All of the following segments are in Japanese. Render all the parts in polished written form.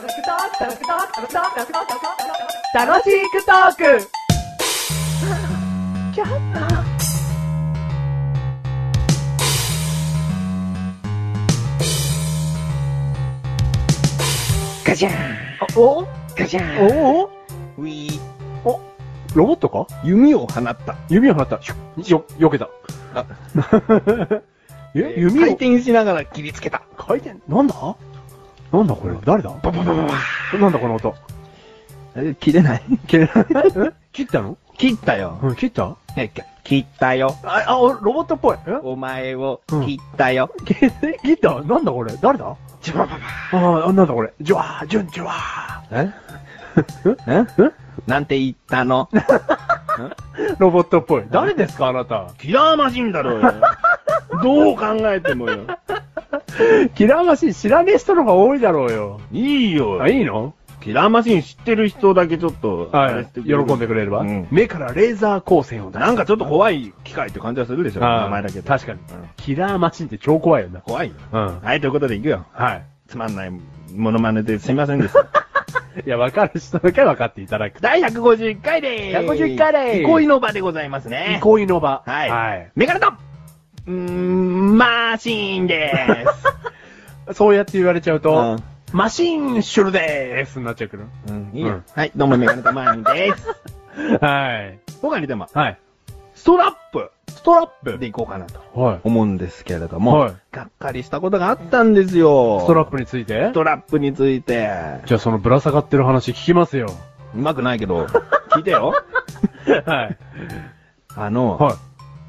楽しくトーク。 ガチャンおガチャンおウィーロボットか？ 弓を放った。 弓を放った。避けた。 あ弓を回転しながら切りつけた。 回転なんだこれ誰だバババババなんだこの音。 切れない。 切ったの？ 切ったよ。 うん、切った切ったよ。 ロボットっぽい。 お前を切ったよ。 切ったなんだこれ誰だジュババなんだこれジュワー、ジュンジュワー。 なんて言ったの？ ロボットっぽい。誰ですかあなた。 キラーマシンだろうよ。どう考えてもよ。 キラーマシン知らねえ人の方が多いだろうよ。 いいよ。 いいの？ キラーマシン知ってる人だけちょっと、 はい。喜んでくれれば。目からレーザー光線を出す。 なんかちょっと怖い機械って感じはするでしょ。名前だけど。 確かに。キラーマシンって超怖いよな。 怖いよ。 うん。 はい、ということで行くよ。 はい。 つまんないモノマネですいませんでした。 いや、わかる人だけ分かっていただく。 第151回でーす。 151回でーす。 憩いの場でございますね。 憩いの場。 はい。 はい。 メガネとマシーンでーす。そうやって言われちゃうと、マシンシュルでーすになっちゃうけど。 いいよ。はい、どうもメガネとマーニーでーす。 はい。 他にでも、 はい。 ストラップででいこうかなとはい。 思うんですけれども、 はい。 がっかりしたことがあったんですよ。 ストラップについてストラップについて。 じゃあそのぶら下がってる話聞きますよ。 うまくないけど、聞いてよ。 はい。 はい。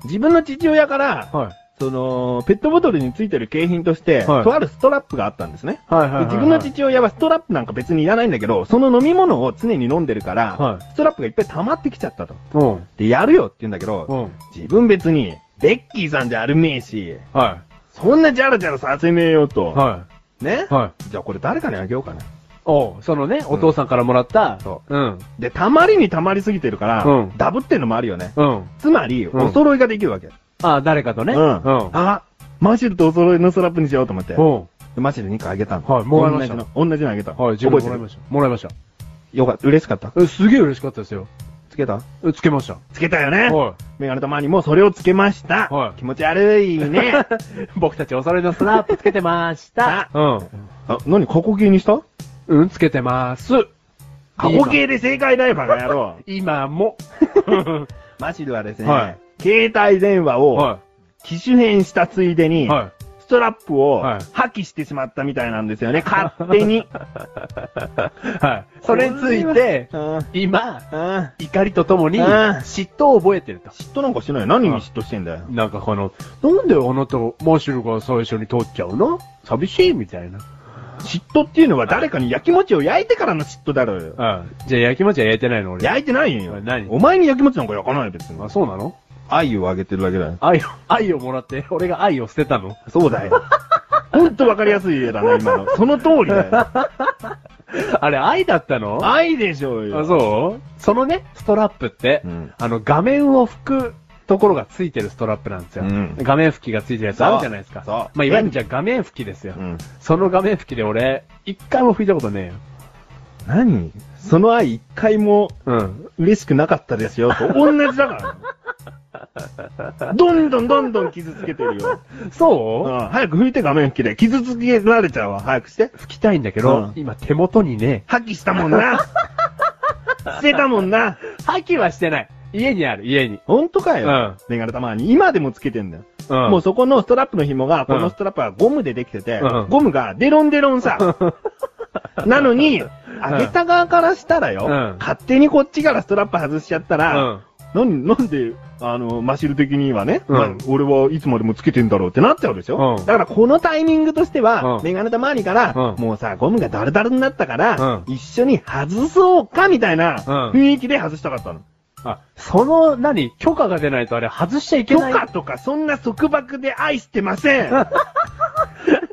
自分の父親から、 はい。 ペットボトルについてる景品として、 はいとあるストラップがあったんですね。 はいはいはい。 自分の父親はストラップなんか別にいらないんだけど、その飲み物を常に飲んでるから、 はいストラップがいっぱい溜まってきちゃったと。 うん。 で、やるよって言うんだけど、 うん。 自分別に、ベッキーさんじゃあるめえし、 はそんなジャラジャラさせねえよと。 い。はねい。はい。 じゃあこれ誰かにあげようかな。 そのね、お父さんからもらった、 そううん。 で、溜まりに溜まりすぎてるから、 うんダブってんのもあるよね。 うん。 つまり、 うんお揃いができるわけ。 誰かとね。 うん。 うん。 あ、マシルとお揃いのストラップにしようと思って。 うん。 でマシル2個あげたの。 はいもらいました同じのあげた。 はい、自分覚えてるもらいました。もらいました。 よかった。嬉しかった。 すげえ嬉しかったですよ。 つけたつけました。 つけたよね。 はメガネとマーにもそれをつけました。 はい気持ち悪いね。 い。僕たちお揃いのスラップつけてました。うん。 あ、何過去形にしたうん、つけてます。 過去形で正解だよ、バカ野郎。 今も。 マシルはですね、 はい携帯電話をは機種変したついでに、 い。はい。 ストラップをはい破棄してしまったみたいなんですよね、勝手に。 はい。それについて、今、怒りとともに、嫉妬を覚えてると。 嫉妬なんかしてない。何に嫉妬してんだよ。 なんかなんであなた、マシュルが最初に取っちゃうの寂しいみたいな。 嫉妬っていうのは誰かに焼き餅を焼いてからの嫉妬だろうよ。 じゃあ焼き餅は焼いてないの俺。 焼いてないよ。 何お前に焼き餅なんか焼かないよ、別に。 そうなの愛をあげてるだけだよ。 愛をもらって、俺が愛を捨てたのそうだよ。ほんとわかりやすい絵だな、今の。その通りだよ。 あれ、愛だったの愛でしょうよ。 そうそのね、ストラップって、 うん画面を拭くところがついてるストラップなんですよ。 うん画面拭きがついてるやつあるじゃないですか。 そうまあ、いわゆるじゃあ画面拭きですよ。 うん。 その画面拭きで俺、一回も拭いたことねえよ。 何その愛一回もうん。 嬉しくなかったですよ、と同じだから。どんどん傷つけてるよ。 そう早く拭いて画面拭きで。傷つけられちゃうわ。早くして。 拭きたいんだけど、 うん今手元にね、 破棄したもんな。捨てたもんな。 破棄はしてない。家にある、家に。 ほんとかよ。 うんメガネたまに。今でもつけてんだよ。 うんもうそこのストラップの紐が、このストラップはゴムでできてて、 うんゴムがデロンデロンさ。なのに、あげた側からしたらよ、 うん勝手にこっちからストラップ外しちゃったら、 うん。 なんで、マシル的にはね、 うんまあ俺はいつまでもつけてんだろうってなっちゃうでしょ、 うんだからこのタイミングとしては、 うんメガネたまわりから、 うんもうさ、ゴムがダルダルになったから、 うん一緒に外そうかみたいなうん雰囲気で外したかったの。 許可が出ないとあれ外しちゃいけない。 許可とかそんな束縛で愛してません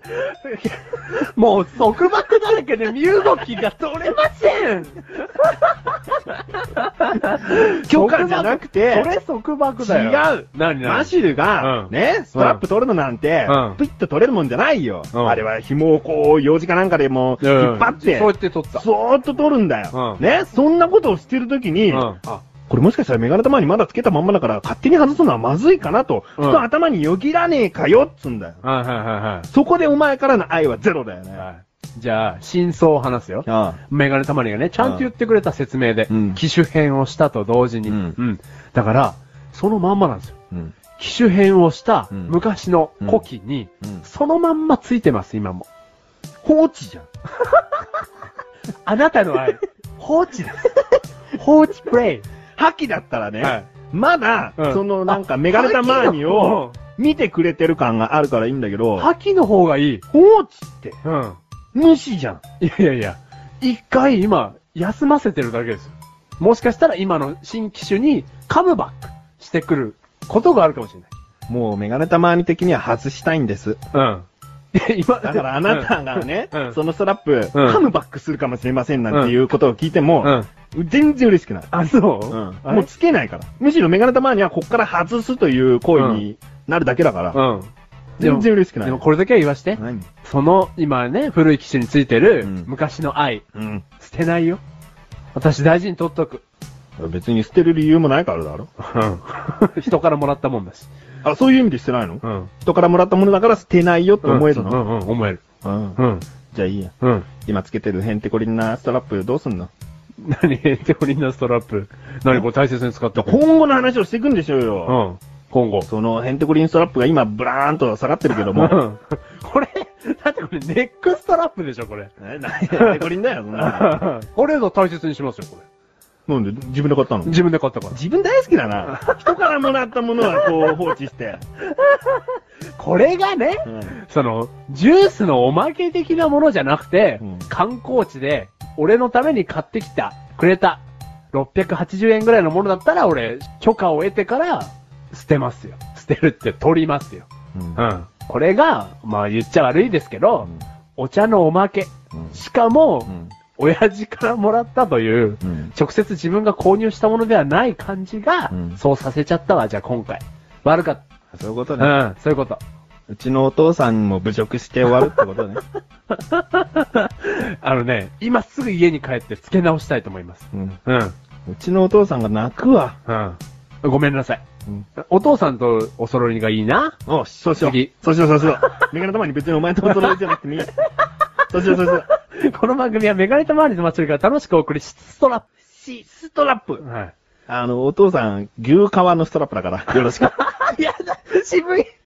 もう束縛だらけで身動きが取れません。 許可じゃなくて、 それ束縛だよ。 違う。 何マシルが、ね、ストラップ取るのなんて、ピッと取れるもんじゃないよ。あれは紐をこう、用事かなんかでも引っ張って、 そうやって取った。 そーっと取るんだよ。ね、そんなことをしてるときに、これもしかしたらメガネ玉にまだつけたまんまだから勝手に外すのはまずいかなと、ふと頭によぎらねえかよっつんだよ。そこでお前からの愛はゼロだよね。 じゃあ、真相を話すよ。メガネ玉にがね、ちゃんと言ってくれた説明で、機種変をしたと同時に。だから、そのまんまなんですよ。機種変をした昔の古希に、そのまんまついてます、今も。 放置じゃん。 あなたの愛、放置です。放置プレイ。 覇気だったらね、まだ、そのなんかメガネタマーニを見てくれてる感があるからいいんだけど、 覇気の方がいい。 放置って、無視じゃん。 いや、一回今、休ませてるだけですよ。もしかしたら今の新機種にカムバックしてくることがあるかもしれない。 もうメガネタマーニ的には外したいんです。今、だからあなたがね、そのストラップ、カムバックするかもしれませんなんていうことを聞いても、全然嬉しくない。 あ、そうもうつけないから。むしろメガネたまにはこっから外すという行為になるだけだから。全然嬉しくない。 でもこれだけは言わして。その、今ね、古い機種についてる昔の愛。捨てないよ。私大事に取っとく。 別に捨てる理由もないからだろ。 人からもらったもんだし。 あ、そういう意味で捨てないの？人からもらったものだから捨てないよって思えるの？ 思える。 じゃあいいや。今つけてるヘンテコリンなストラップどうすんの？ 何ヘンテコリンなストラップ。何これ大切に使って今後の話をしていくんでしょうよ。 今後。 そのヘンテコリンストラップが今ブラーンと下がってるけども。 これ、だってこれネックストラップでしょ、これ。 ヘンテコリンだよ、そんな。 これぞ大切にしますよ、これ。 なんで自分で買ったの？ 自分で買ったから。 自分大好きだな。人からもらったものはこう放置して。 これがね、その、ジュースのおまけ的なものじゃなくて、観光地で、俺のために買ってきた、くれた、680円ぐらいのものだったら、俺、許可を得てから、捨てますよ。捨てるって取りますよ。これが、まあ言っちゃ悪いですけど、お茶のおまけ。しかも、親父からもらったという、直接自分が購入したものではない感じが、そうさせちゃったわ、じゃあ今回。悪かった。 そういうことね。 そういうこと。 うちのお父さんも侮辱して終わるってことね。 今すぐ家に帰って付け直したいと思います。 うちのお父さんが泣くわ。 ごめんなさい。お父さんとお揃いがいいな。 そうしよう。そうしよう。メガネたまに別にお前とお揃いじゃなくてもいい。そうしよう。 この番組はメガネたまわりの祭りから楽しくお送り、ストラップ。 お父さん、牛革のストラップだから、よろしく。 やだ、渋い。